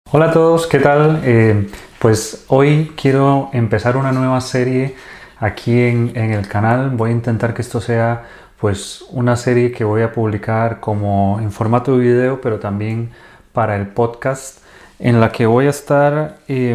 Hola a todos, ¿qué tal? Pues hoy quiero empezar una nueva serie aquí en el canal. Voy a intentar que esto sea pues una serie que voy a publicar como en formato de video, pero también para el podcast, en la que voy a estar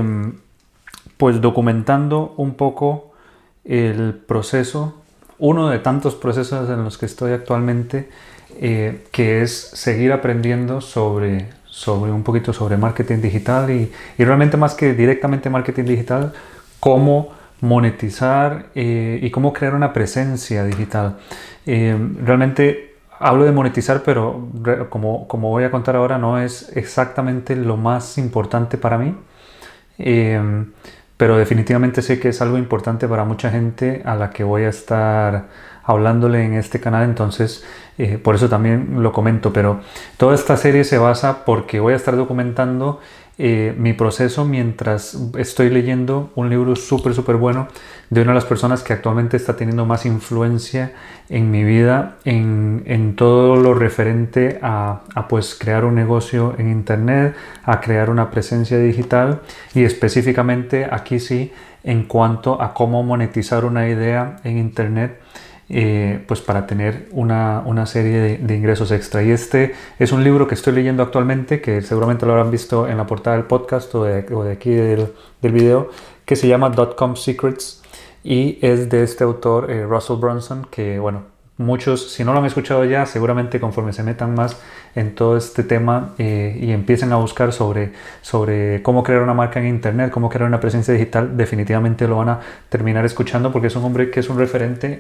pues documentando un poco el proceso, uno de tantos procesos en los que estoy actualmente, que es seguir aprendiendo sobre un poquito sobre marketing digital y realmente más que directamente marketing digital, cómo monetizar y cómo crear una presencia digital. Realmente hablo de monetizar, pero como voy a contar ahora, no es exactamente lo más importante para mí. Eh, pero definitivamente sé que es algo importante para mucha gente a la que voy a estar hablándole en este canal, entonces por eso también lo comento. Pero toda esta serie se basa porque voy a estar documentando mi proceso mientras estoy leyendo un libro súper bueno de una de las personas que actualmente está teniendo más influencia en mi vida en todo lo referente a pues crear un negocio en internet, a crear una presencia digital y específicamente aquí sí en cuanto a cómo monetizar una idea en internet, pues para tener una serie de ingresos extra. Y este es un libro que estoy leyendo actualmente, que seguramente lo habrán visto en la portada del podcast o de aquí del video, que se llama Dotcom Secrets y es de este autor, Russell Brunson, que bueno, muchos, si no lo han escuchado ya, seguramente conforme se metan más en todo este tema y empiecen a buscar sobre cómo crear una marca en internet, cómo crear una presencia digital, definitivamente lo van a terminar escuchando porque es un hombre que es un referente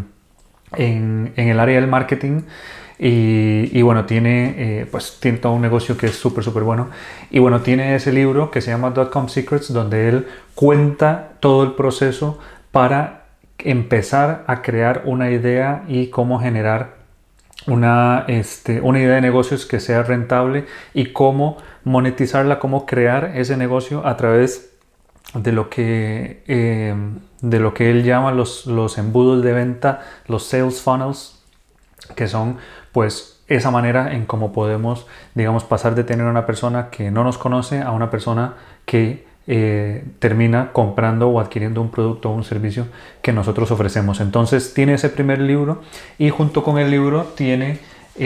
en el área del marketing. Y bueno, pues tiene todo un negocio que es súper bueno. Y bueno, tiene ese libro que se llama Dotcom Secrets, donde él cuenta todo el proceso para empezar a crear una idea y cómo generar una idea de negocios que sea rentable y cómo monetizarla, cómo crear ese negocio a través de lo que él llama los embudos de venta, los sales funnels, que son pues esa manera en cómo podemos, digamos, pasar de tener una persona que no nos conoce a una persona que termina comprando o adquiriendo un producto o un servicio que nosotros ofrecemos. Entonces tiene ese primer libro y junto con el libro tiene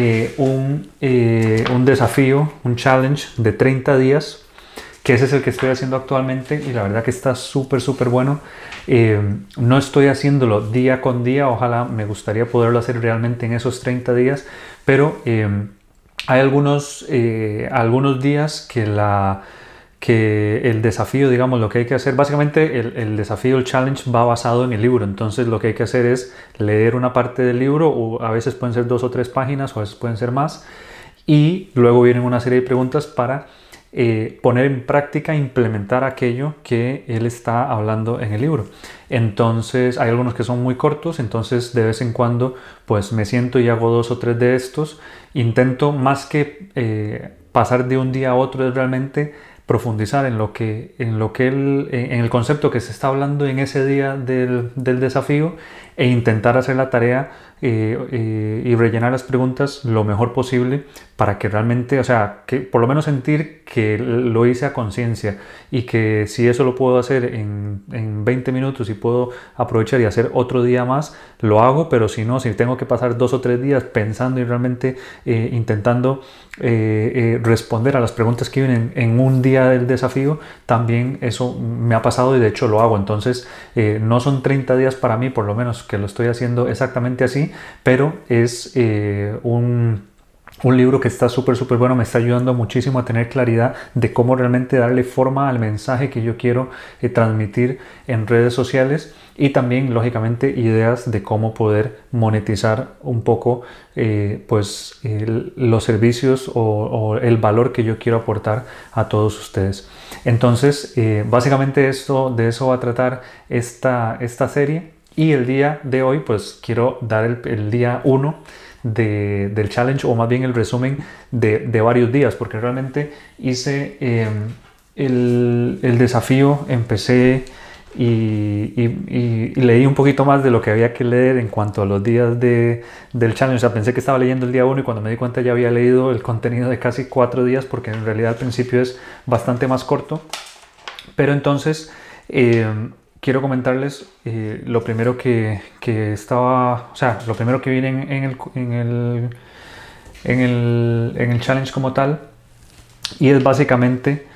un desafío, un challenge de 30 días, que ese es el que estoy haciendo actualmente y la verdad que está súper bueno. No estoy haciéndolo día con día, ojalá me gustaría poderlo hacer realmente en esos 30 días, pero hay algunos días que el desafío, digamos, lo que hay que hacer, básicamente el desafío, el challenge va basado en el libro, entonces lo que hay que hacer es leer una parte del libro, o a veces pueden ser 2 o 3 páginas, o a veces pueden ser más, y luego vienen una serie de preguntas para poner en práctica, implementar aquello que él está hablando en el libro. Entonces hay algunos que son muy cortos, entonces de vez en cuando pues me siento y hago 2 o 3 de estos. Intento más que pasar de un día a otro, es realmente profundizar en el concepto que se está hablando en ese día del desafío e intentar hacer la tarea y rellenar las preguntas lo mejor posible para que realmente, o sea, que por lo menos sentir que lo hice a conciencia y que si eso lo puedo hacer en 20 minutos y puedo aprovechar y hacer otro día más, lo hago, pero si no, si tengo que pasar 2 o 3 días pensando y realmente intentando responder a las preguntas que vienen en un día del desafío, también eso me ha pasado y de hecho lo hago. Entonces no son 30 días para mí, por lo menos que lo estoy haciendo exactamente así, pero es un libro que está súper bueno, me está ayudando muchísimo a tener claridad de cómo realmente darle forma al mensaje que yo quiero transmitir en redes sociales y también lógicamente ideas de cómo poder monetizar un poco los servicios o el valor que yo quiero aportar a todos ustedes. Entonces básicamente de eso va a tratar esta serie y el día de hoy pues quiero dar el día 1 del challenge, o más bien el resumen de varios días, porque realmente hice el desafío, empecé y leí un poquito más de lo que había que leer en cuanto a los días del challenge. O sea, pensé que estaba leyendo el día 1 y cuando me di cuenta ya había leído el contenido de casi 4 días, porque en realidad al principio es bastante más corto. Pero entonces quiero comentarles lo primero que estaba, o sea, lo primero que viene en el challenge como tal, y es básicamente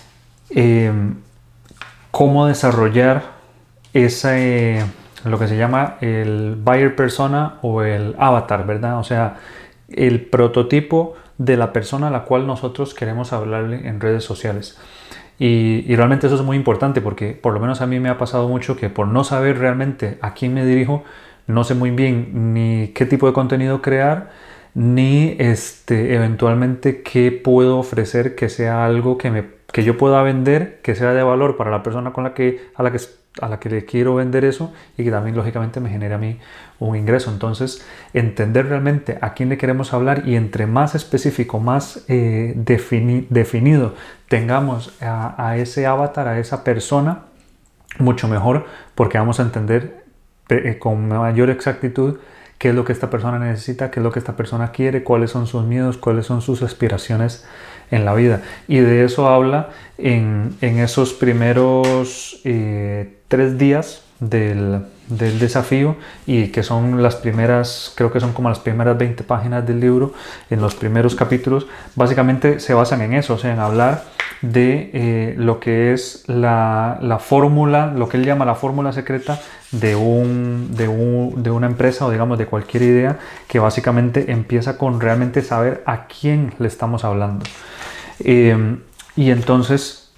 cómo desarrollar lo que se llama el buyer persona o el avatar, ¿verdad? O sea, el prototipo de la persona a la cual nosotros queremos hablarle en redes sociales. Y realmente eso es muy importante, porque por lo menos a mí me ha pasado mucho que por no saber realmente a quién me dirijo, no sé muy bien ni qué tipo de contenido crear, ni eventualmente qué puedo ofrecer que sea algo que yo pueda vender, que sea de valor para la persona a la que le quiero vender eso, y que también lógicamente me genere a mí un ingreso. Entonces, entender realmente a quién le queremos hablar, y entre más específico, más definido tengamos a ese avatar, a esa persona, mucho mejor, porque vamos a entender con mayor exactitud qué es lo que esta persona necesita, qué es lo que esta persona quiere, cuáles son sus miedos, cuáles son sus aspiraciones en la vida. Y de eso habla en esos primeros 3 días del desafío, y que son las primeras, creo que son como las primeras 20 páginas del libro. En los primeros capítulos básicamente se basan en eso, o sea, en hablar de lo que es la fórmula, lo que él llama la fórmula secreta de una empresa, o digamos de cualquier idea, que básicamente empieza con realmente saber a quién le estamos hablando. Y entonces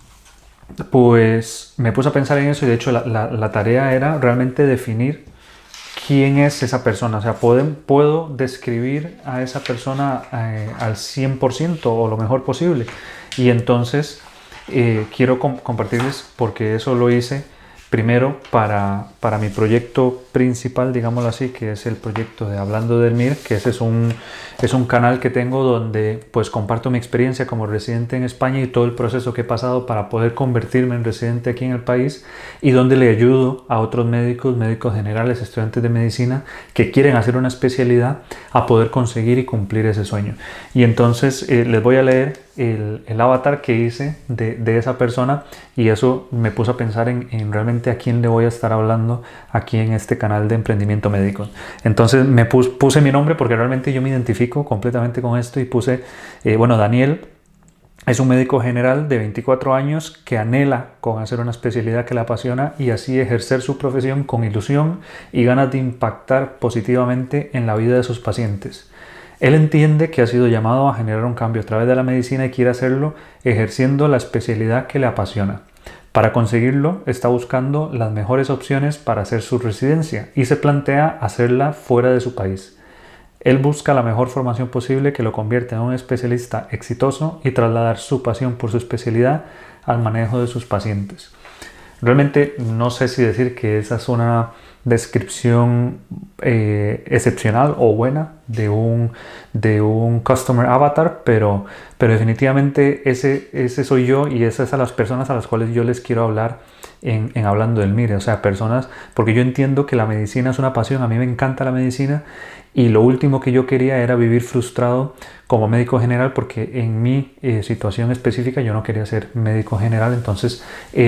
pues me puse a pensar en eso, y de hecho la tarea era realmente definir quién es esa persona. O sea, puedo describir a esa persona al 100% o lo mejor posible. Y entonces quiero compartirles, porque eso lo hice primero para mi proyecto principal, digámoslo así, que es el proyecto de Hablando del MIR, que ese es un canal que tengo donde pues comparto mi experiencia como residente en España y todo el proceso que he pasado para poder convertirme en residente aquí en el país, y donde le ayudo a otros médicos generales, estudiantes de medicina que quieren hacer una especialidad, a poder conseguir y cumplir ese sueño. Y entonces les voy a leer el avatar que hice de esa persona, y eso me puso a pensar en realmente a quién le voy a estar hablando aquí en este canal de emprendimiento médico. Entonces me puse mi nombre, porque realmente yo me identifico completamente con esto, y puse, bueno, Daniel es un médico general de 24 años que anhela con hacer una especialidad que le apasiona, y así ejercer su profesión con ilusión y ganas de impactar positivamente en la vida de sus pacientes. Él entiende que ha sido llamado a generar un cambio a través de la medicina, y quiere hacerlo ejerciendo la especialidad que le apasiona. Para conseguirlo, está buscando las mejores opciones para hacer su residencia, y se plantea hacerla fuera de su país. Él busca la mejor formación posible que lo convierta en un especialista exitoso, y trasladar su pasión por su especialidad al manejo de sus pacientes. Realmente no sé si decir que esa es una descripción excepcional o buena de un Customer Avatar, pero definitivamente ese soy yo, y esas son las personas a las cuales yo les quiero hablar en Hablando del MIR. O sea, personas, porque yo entiendo que la medicina es una pasión, a mí me encanta la medicina, y lo último que yo quería era vivir frustrado como médico general, porque en mi situación específica yo no quería ser médico general. Entonces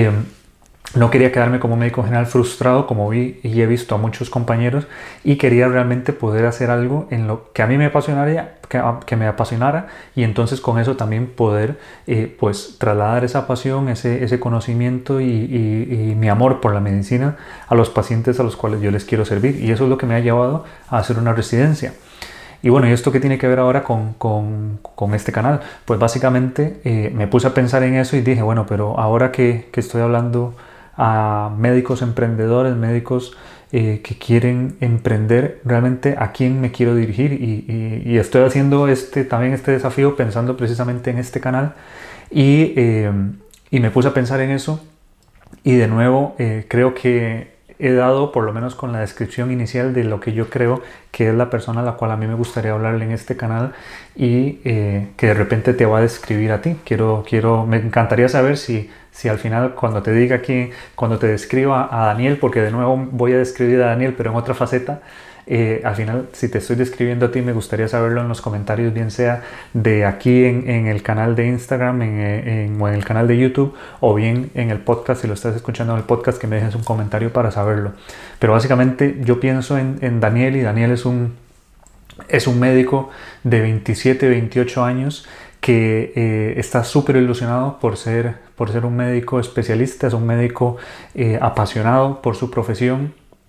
no quería quedarme como médico general frustrado, como vi y he visto a muchos compañeros, y quería realmente poder hacer algo en lo que a mí me apasionara, que me apasionara, y entonces con eso también poder pues trasladar esa pasión, ese conocimiento y mi amor por la medicina a los pacientes a los cuales yo les quiero servir. Y eso es lo que me ha llevado a hacer una residencia. Y bueno, ¿y esto qué tiene que ver ahora con este canal? Pues básicamente me puse a pensar en eso y dije, bueno, pero ahora que estoy hablando a médicos emprendedores, médicos que quieren emprender, realmente a quién me quiero dirigir, y estoy haciendo también este desafío pensando precisamente en este canal, y me puse a pensar en eso, y de nuevo creo que he dado, por lo menos con la descripción inicial de lo que yo creo que es la persona a la cual a mí me gustaría hablarle en este canal y que de repente te va a describir a ti. Me encantaría saber si al final cuando te diga aquí, cuando te describa a Daniel, porque de nuevo voy a describir a Daniel pero en otra faceta, al final si te estoy describiendo a ti me gustaría saberlo en los comentarios, bien sea de aquí en el canal de Instagram o en el canal de YouTube, o bien en el podcast, si lo estás escuchando en el podcast, que me dejes un comentario para saberlo. Pero básicamente yo pienso en Daniel, y Daniel es un médico de 27, 28 años que está súper ilusionado por ser un médico especialista, es un médico apasionado por su profesión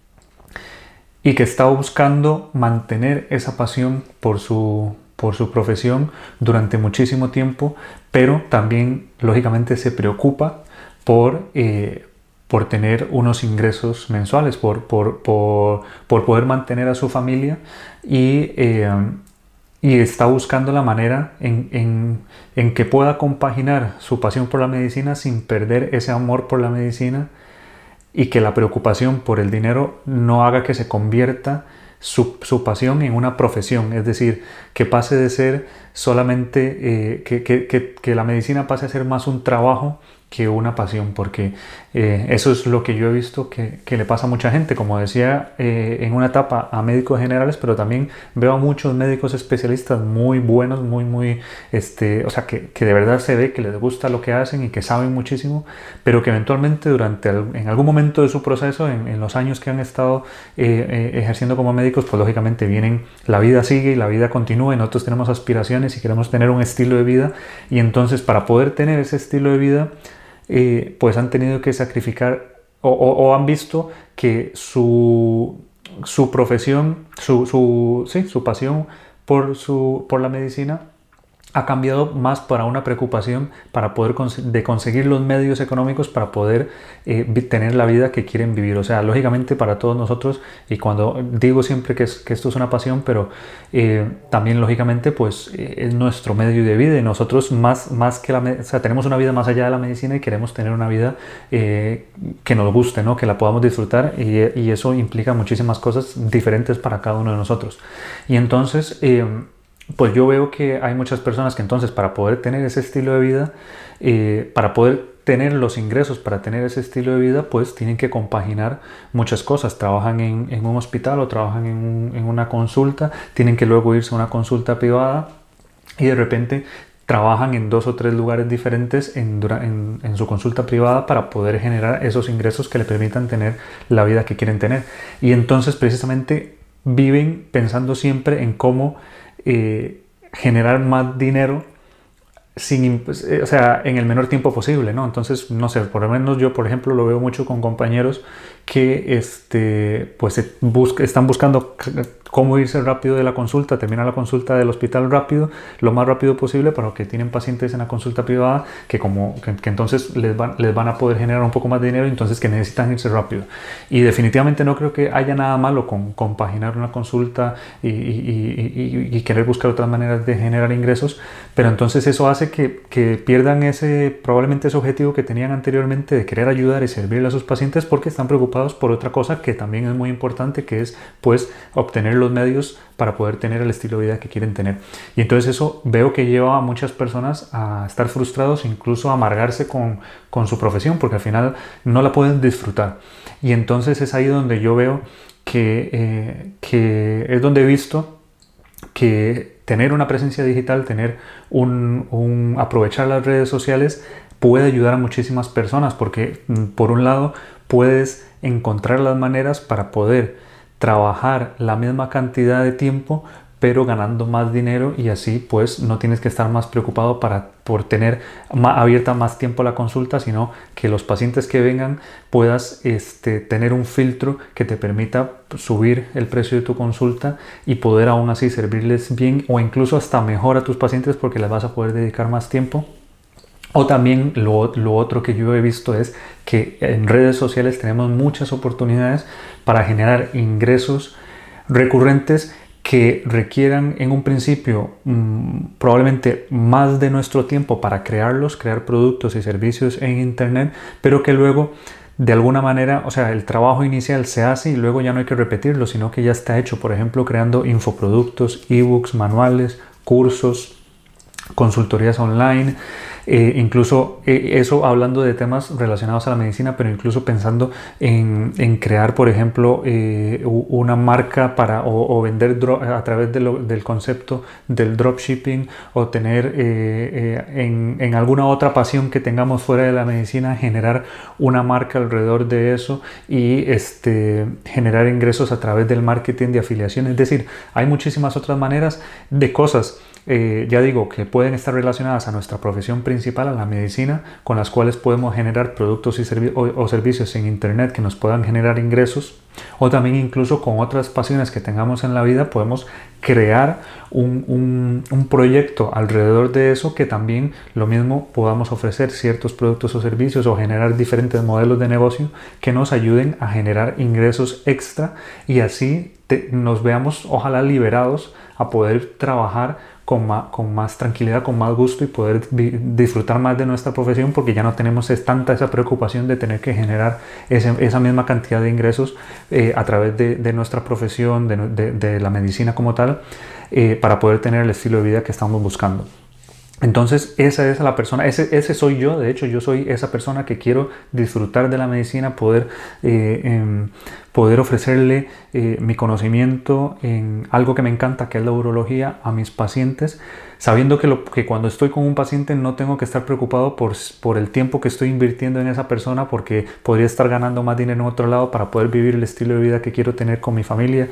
y que está buscando mantener esa pasión por su profesión durante muchísimo tiempo, pero también lógicamente se preocupa por tener unos ingresos mensuales, por poder mantener a su familia, y está buscando la manera en que pueda compaginar su pasión por la medicina sin perder ese amor por la medicina, y que la preocupación por el dinero no haga que se convierta su pasión en una profesión. Es decir, que pase de ser solamente, que la medicina pase a ser más un trabajo que una pasión, porque eso es lo que yo he visto que le pasa a mucha gente, como decía, en una etapa a médicos generales, pero también veo a muchos médicos especialistas muy buenos, o sea, que de verdad se ve que les gusta lo que hacen y que saben muchísimo, pero que eventualmente en algún momento de su proceso, en los años que han estado ejerciendo como médicos, pues lógicamente la vida sigue y la vida continúa, y nosotros tenemos aspiraciones y queremos tener un estilo de vida, y entonces para poder tener ese estilo de vida, pues han tenido que sacrificar o han visto que su profesión, su pasión por la medicina ha cambiado más para una preocupación para poder conseguir los medios económicos para poder tener la vida que quieren vivir. O sea, lógicamente para todos nosotros, y cuando digo siempre que esto es una pasión, pero también lógicamente pues es nuestro medio de vida, y nosotros más que o sea, tenemos una vida más allá de la medicina y queremos tener una vida que nos guste, ¿no? Que la podamos disfrutar, y eso implica muchísimas cosas diferentes para cada uno de nosotros. Y entonces pues yo veo que hay muchas personas que entonces, para poder tener ese estilo de vida, para poder tener los ingresos para tener ese estilo de vida, pues tienen que compaginar muchas cosas. Trabajan en un hospital o trabajan en una consulta, tienen que luego irse a una consulta privada, y de repente trabajan en 2 o 3 lugares diferentes en su consulta privada para poder generar esos ingresos que le permitan tener la vida que quieren tener. Y entonces precisamente viven pensando siempre en cómo generar más dinero o sea, en el menor tiempo posible, ¿no? Entonces, no sé, por lo menos yo, por ejemplo, lo veo mucho con compañeros que pues están buscando cómo irse rápido de la consulta, terminar la consulta del hospital rápido, lo más rápido posible, para que tienen pacientes en la consulta privada que entonces les van a poder generar un poco más de dinero, entonces que necesitan irse rápido. Y definitivamente no creo que haya nada malo con compaginar una consulta y querer buscar otras maneras de generar ingresos, pero entonces eso hace que pierdan probablemente ese objetivo que tenían anteriormente de querer ayudar y servirle a sus pacientes, porque están preocupados por otra cosa que también es muy importante, que es pues obtener los medios para poder tener el estilo de vida que quieren tener. Y entonces eso veo que lleva a muchas personas a estar frustrados, incluso a amargarse con su profesión, porque al final no la pueden disfrutar. Y entonces es ahí donde yo veo que es donde he visto que tener una presencia digital, aprovechar las redes sociales puede ayudar a muchísimas personas, porque por un lado puedes encontrar las maneras para poder trabajar la misma cantidad de tiempo pero ganando más dinero, y así pues no tienes que estar más preocupado por tener abierta más tiempo la consulta, sino que los pacientes que vengan puedas tener un filtro que te permita subir el precio de tu consulta y poder aún así servirles bien, o incluso hasta mejor a tus pacientes, porque les vas a poder dedicar más tiempo. O también lo otro que yo he visto es que en redes sociales tenemos muchas oportunidades para generar ingresos recurrentes que requieran en un principio probablemente más de nuestro tiempo para crear productos y servicios en internet, pero que luego de alguna manera, o sea, el trabajo inicial se hace y luego ya no hay que repetirlo, sino que ya está hecho, por ejemplo, creando infoproductos, ebooks, manuales, cursos, consultorías online, incluso eso hablando de temas relacionados a la medicina, pero incluso pensando en crear, por ejemplo, una marca para o vender a través del concepto del dropshipping, o tener en alguna otra pasión que tengamos fuera de la medicina, generar una marca alrededor de eso y generar ingresos a través del marketing de afiliación. Es decir, hay muchísimas otras maneras de cosas. Ya digo, que pueden estar relacionadas a nuestra profesión principal, a la medicina, con las cuales podemos generar productos y servicios en internet que nos puedan generar ingresos, o también incluso con otras pasiones que tengamos en la vida podemos crear un proyecto alrededor de eso, que también lo mismo podamos ofrecer ciertos productos o servicios o generar diferentes modelos de negocio que nos ayuden a generar ingresos extra, y así nos veamos ojalá liberados a poder trabajar con más tranquilidad, con más gusto, y poder disfrutar más de nuestra profesión, porque ya no tenemos tanta esa preocupación de tener que generar esa misma cantidad de ingresos a través de nuestra profesión, de la medicina como tal, para poder tener el estilo de vida que estamos buscando. Entonces esa es la persona, ese soy yo. De hecho, yo soy esa persona que quiero disfrutar de la medicina, poder ofrecerle mi conocimiento en algo que me encanta, que es la urología, a mis pacientes, sabiendo que cuando estoy con un paciente no tengo que estar preocupado por el tiempo que estoy invirtiendo en esa persona, porque podría estar ganando más dinero en otro lado para poder vivir el estilo de vida que quiero tener con mi familia,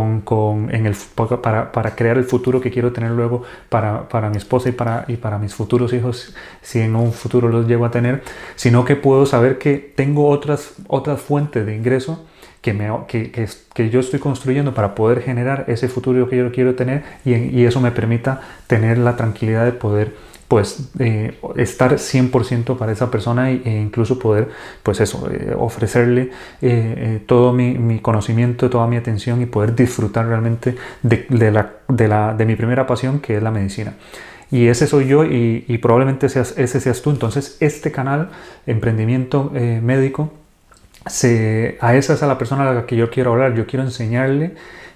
para crear el futuro que quiero tener luego para mi esposa y para mis futuros hijos, si en un futuro los llego a tener, sino que puedo saber que tengo otras fuentes de ingreso que yo estoy construyendo para poder generar ese futuro que yo quiero tener, y eso me permita tener la tranquilidad de poder estar 100% para esa persona, e incluso poder ofrecerle todo mi conocimiento, toda mi atención, y poder disfrutar realmente de mi primera pasión, que es la medicina. Y ese soy yo, y probablemente ese seas tú. Entonces este canal, Emprendimiento Médico, a esa es a la persona a la que yo quiero hablar. Yo quiero enseñarle,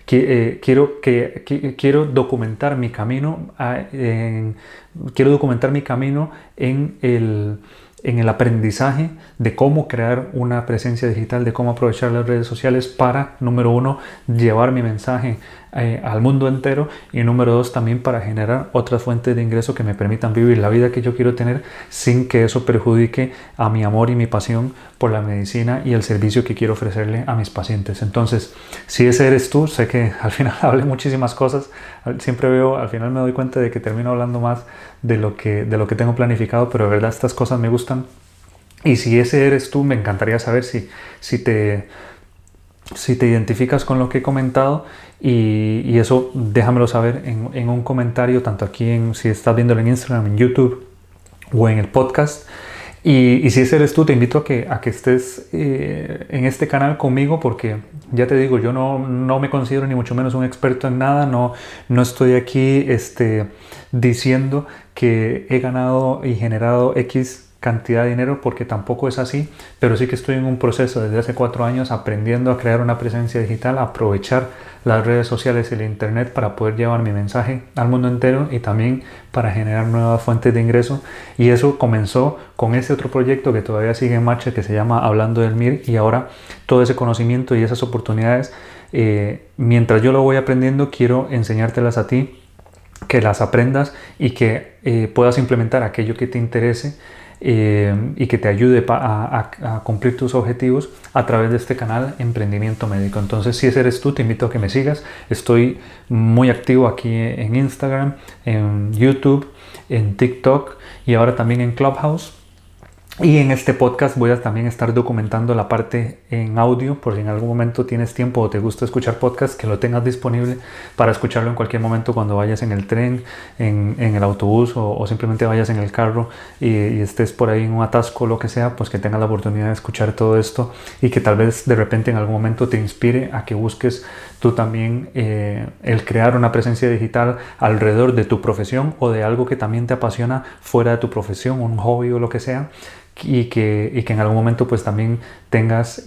quiero documentar mi camino, en el aprendizaje de cómo crear una presencia digital, de cómo aprovechar las redes sociales para, número uno, llevar mi mensaje al mundo entero, y número dos, también para generar otras fuentes de ingreso que me permitan vivir la vida que yo quiero tener sin que eso perjudique a mi amor y mi pasión por la medicina y el servicio que quiero ofrecerle a mis pacientes. Entonces, si ese eres tú, sé que al final hablé muchísimas cosas, al final me doy cuenta de que termino hablando más de lo que tengo planificado, pero de verdad estas cosas me gustan. Y si ese eres tú, me encantaría saber si te identificas con lo que he comentado, y eso déjamelo saber en un comentario, tanto aquí si estás viéndolo en Instagram, en YouTube o en el podcast. Y si ese eres tú, te invito a que estés en este canal conmigo, porque ya te digo, yo no me considero ni mucho menos un experto en nada. No estoy aquí diciendo que he ganado y generado X cantidad de dinero, porque tampoco es así, pero sí que estoy en un proceso desde hace 4 años aprendiendo a crear una presencia digital, a aprovechar las redes sociales y el internet para poder llevar mi mensaje al mundo entero, y también para generar nuevas fuentes de ingreso. Y eso comenzó con este otro proyecto que todavía sigue en marcha, que se llama Hablando del MIR, y ahora todo ese conocimiento y esas oportunidades, mientras yo lo voy aprendiendo, quiero enseñártelas a ti, que las aprendas y que puedas implementar aquello que te interese, y que te ayude a cumplir tus objetivos a través de este canal Emprendimiento Médico. Entonces, si ese eres tú, te invito a que me sigas. Estoy muy activo aquí en Instagram, en YouTube, en TikTok, y ahora también en Clubhouse. Y en este podcast voy a también estar documentando la parte en audio, por si en algún momento tienes tiempo o te gusta escuchar podcast, que lo tengas disponible para escucharlo en cualquier momento, cuando vayas en el tren, en el autobús, o simplemente vayas en el carro y estés por ahí en un atasco o lo que sea, pues que tengas la oportunidad de escuchar todo esto, y que tal vez de repente en algún momento te inspire a que busques tú también el crear una presencia digital alrededor de tu profesión, o de algo que también te apasiona fuera de tu profesión, un hobby o lo que sea, y que en algún momento pues también tengas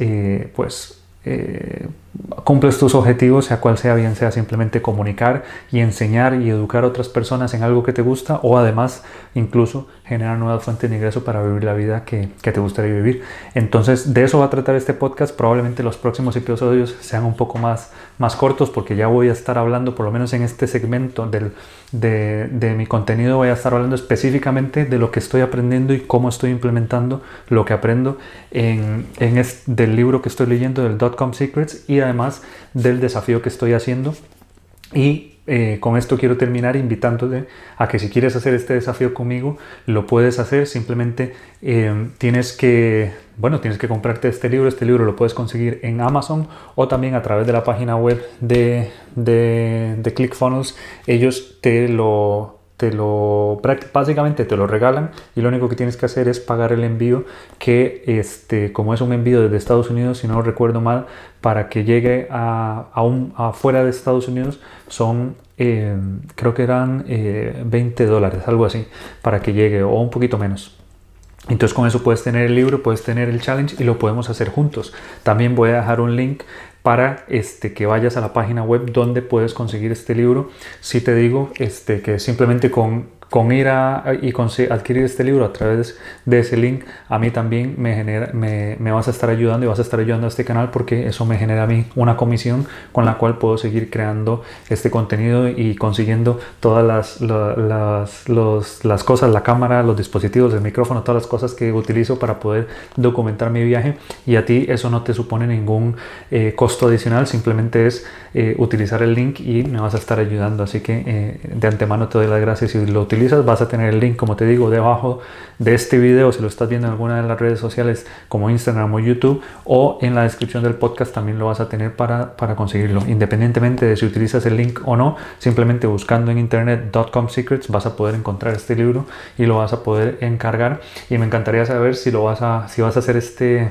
cumples tus objetivos, sea cual sea, bien sea simplemente comunicar y enseñar y educar a otras personas en algo que te gusta, o además incluso generar nuevas fuentes de ingreso para vivir la vida que te gustaría vivir. Entonces de eso va a tratar este podcast. Probablemente los próximos episodios sean un poco más cortos, porque ya voy a estar hablando, por lo menos en este segmento de mi contenido, voy a estar hablando específicamente de lo que estoy aprendiendo y cómo estoy implementando lo que aprendo del libro que estoy leyendo, del Dotcom Secrets, y además del desafío que estoy haciendo. Y con esto quiero terminar invitándote a que si quieres hacer este desafío conmigo, lo puedes hacer. Simplemente tienes que comprarte este libro. Este libro lo puedes conseguir en Amazon o también a través de la página web de ClickFunnels. Ellos básicamente te lo regalan, y lo único que tienes que hacer es pagar el envío, que como es un envío desde Estados Unidos, si no recuerdo mal, para que llegue afuera de Estados Unidos son creo que eran $20, algo así, para que llegue, o un poquito menos. Entonces con eso puedes tener el libro, puedes tener el challenge y lo podemos hacer juntos. También voy a dejar un link para que vayas a la página web donde puedes conseguir este libro. Si te digo que simplemente con ir adquirir este libro a través de ese link, a mí también me vas a estar ayudando, y vas a estar ayudando a este canal, porque eso me genera a mí una comisión con la cual puedo seguir creando este contenido y consiguiendo todas las cosas, la cámara, los dispositivos, el micrófono, todas las cosas que utilizo para poder documentar mi viaje. Y a ti eso no te supone ningún costo adicional, simplemente es utilizar el link y me vas a estar ayudando. Así que de antemano te doy las gracias. Si lo utilizas, vas a tener el link, como te digo, debajo de este video, si lo estás viendo en alguna de las redes sociales como Instagram o YouTube, o en la descripción del podcast también lo vas a tener para conseguirlo. Independientemente de si utilizas el link o no, simplemente buscando en internet Dotcom Secrets vas a poder encontrar este libro y lo vas a poder encargar. Y me encantaría saber si vas a hacer este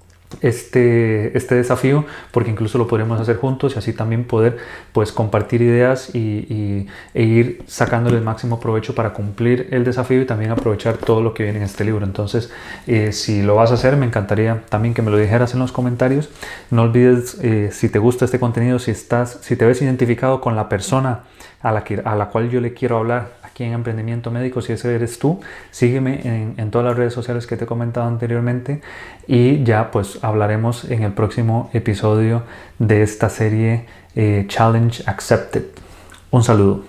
desafío, porque incluso lo podremos hacer juntos, y así también poder pues compartir ideas e ir sacándole el máximo provecho para cumplir el desafío y también aprovechar todo lo que viene en este libro. Entonces si lo vas a hacer, me encantaría también que me lo dijeras en los comentarios. No olvides, si te gusta este contenido, si te ves identificado con la persona a la cual yo le quiero hablar aquí en Emprendimiento Médico, si ese eres tú, sígueme en todas las redes sociales que te he comentado anteriormente, y ya pues hablaremos en el próximo episodio de esta serie Challenge Accepted. Un saludo.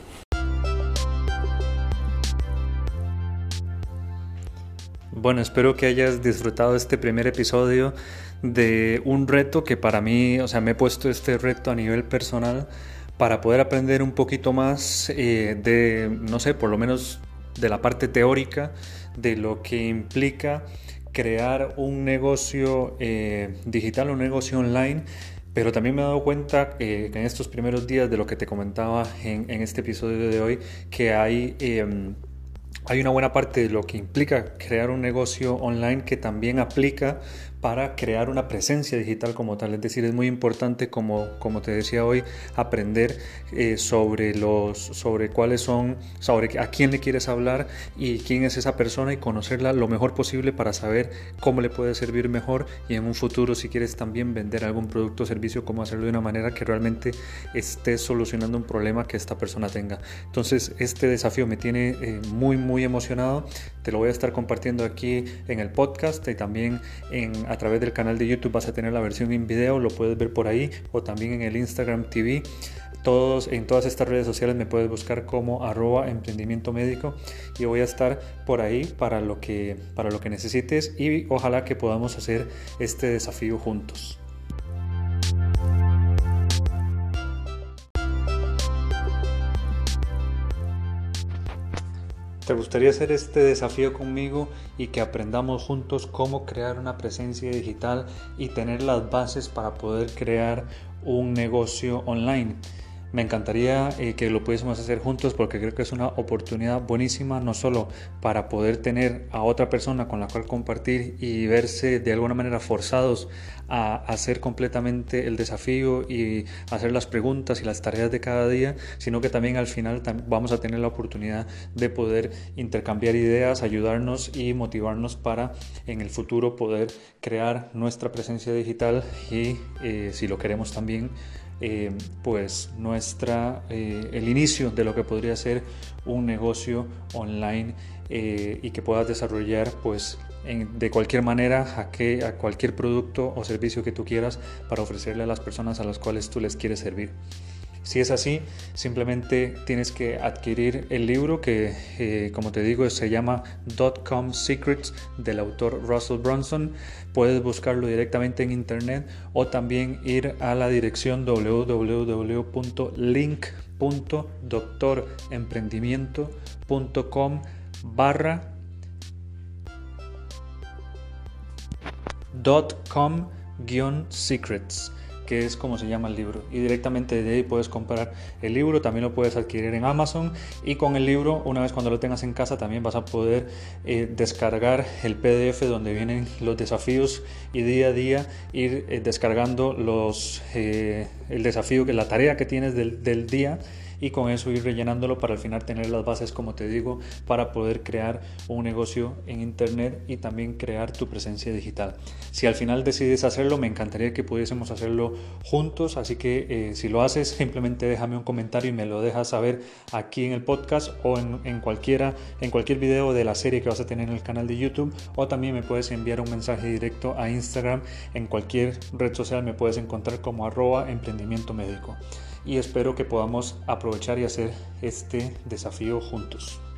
Bueno, espero que hayas disfrutado este primer episodio de un reto que para mí, me he puesto este reto a nivel personal para poder aprender un poquito más por lo menos de la parte teórica de lo que implica crear un negocio digital, un negocio online. Pero también me he dado cuenta que en estos primeros días, de lo que te comentaba en este episodio de hoy, que hay una buena parte de lo que implica crear un negocio online que también aplica para crear una presencia digital como tal. Es decir, es muy importante, como te decía hoy, aprender sobre a quién le quieres hablar y quién es esa persona, y conocerla lo mejor posible para saber cómo le puede servir mejor, y en un futuro, si quieres también vender algún producto o servicio, cómo hacerlo de una manera que realmente esté solucionando un problema que esta persona tenga. Entonces este desafío me tiene muy emocionado. Te lo voy a estar compartiendo aquí en el podcast, y también a través del canal de YouTube vas a tener la versión en video, lo puedes ver por ahí, o también en el Instagram TV. En todas estas redes sociales me puedes buscar como @emprendimiento médico, y voy a estar por ahí para lo que necesites, y ojalá que podamos hacer este desafío juntos. ¿Te gustaría hacer este desafío conmigo y que aprendamos juntos cómo crear una presencia digital y tener las bases para poder crear un negocio online? Me encantaría que lo pudiésemos hacer juntos porque creo que es una oportunidad buenísima, no solo para poder tener a otra persona con la cual compartir y verse de alguna manera forzados a hacer completamente el desafío y hacer las preguntas y las tareas de cada día, sino que también al final vamos a tener la oportunidad de poder intercambiar ideas, ayudarnos y motivarnos para en el futuro poder crear nuestra presencia digital y si lo queremos también pues el inicio de lo que podría ser un negocio online y que puedas desarrollar pues de cualquier manera a cualquier producto o servicio que tú quieras para ofrecerle a las personas a las cuales tú les quieres servir. Si es así, simplemente tienes que adquirir el libro que, como te digo, se llama .com Secrets del autor Russell Brunson. Puedes buscarlo directamente en internet o también ir a la dirección www.link.com/secrets, que es como se llama el libro, y directamente de ahí puedes comprar el libro. También lo puedes adquirir en Amazon, y con el libro, una vez cuando lo tengas en casa, también vas a poder descargar el PDF donde vienen los desafíos y día a día ir descargando el desafío, que la tarea que tienes del día, y con eso ir rellenándolo para al final tener las bases, como te digo, para poder crear un negocio en internet y también crear tu presencia digital. Si al final decides hacerlo, me encantaría que pudiésemos hacerlo juntos, así que si lo haces, simplemente déjame un comentario y me lo dejas saber aquí en el podcast o en cualquier video de la serie que vas a tener en el canal de YouTube, o también me puedes enviar un mensaje directo a Instagram. En cualquier red social me puedes encontrar como @emprendimiento médico. Y espero que podamos aprovechar y hacer este desafío juntos.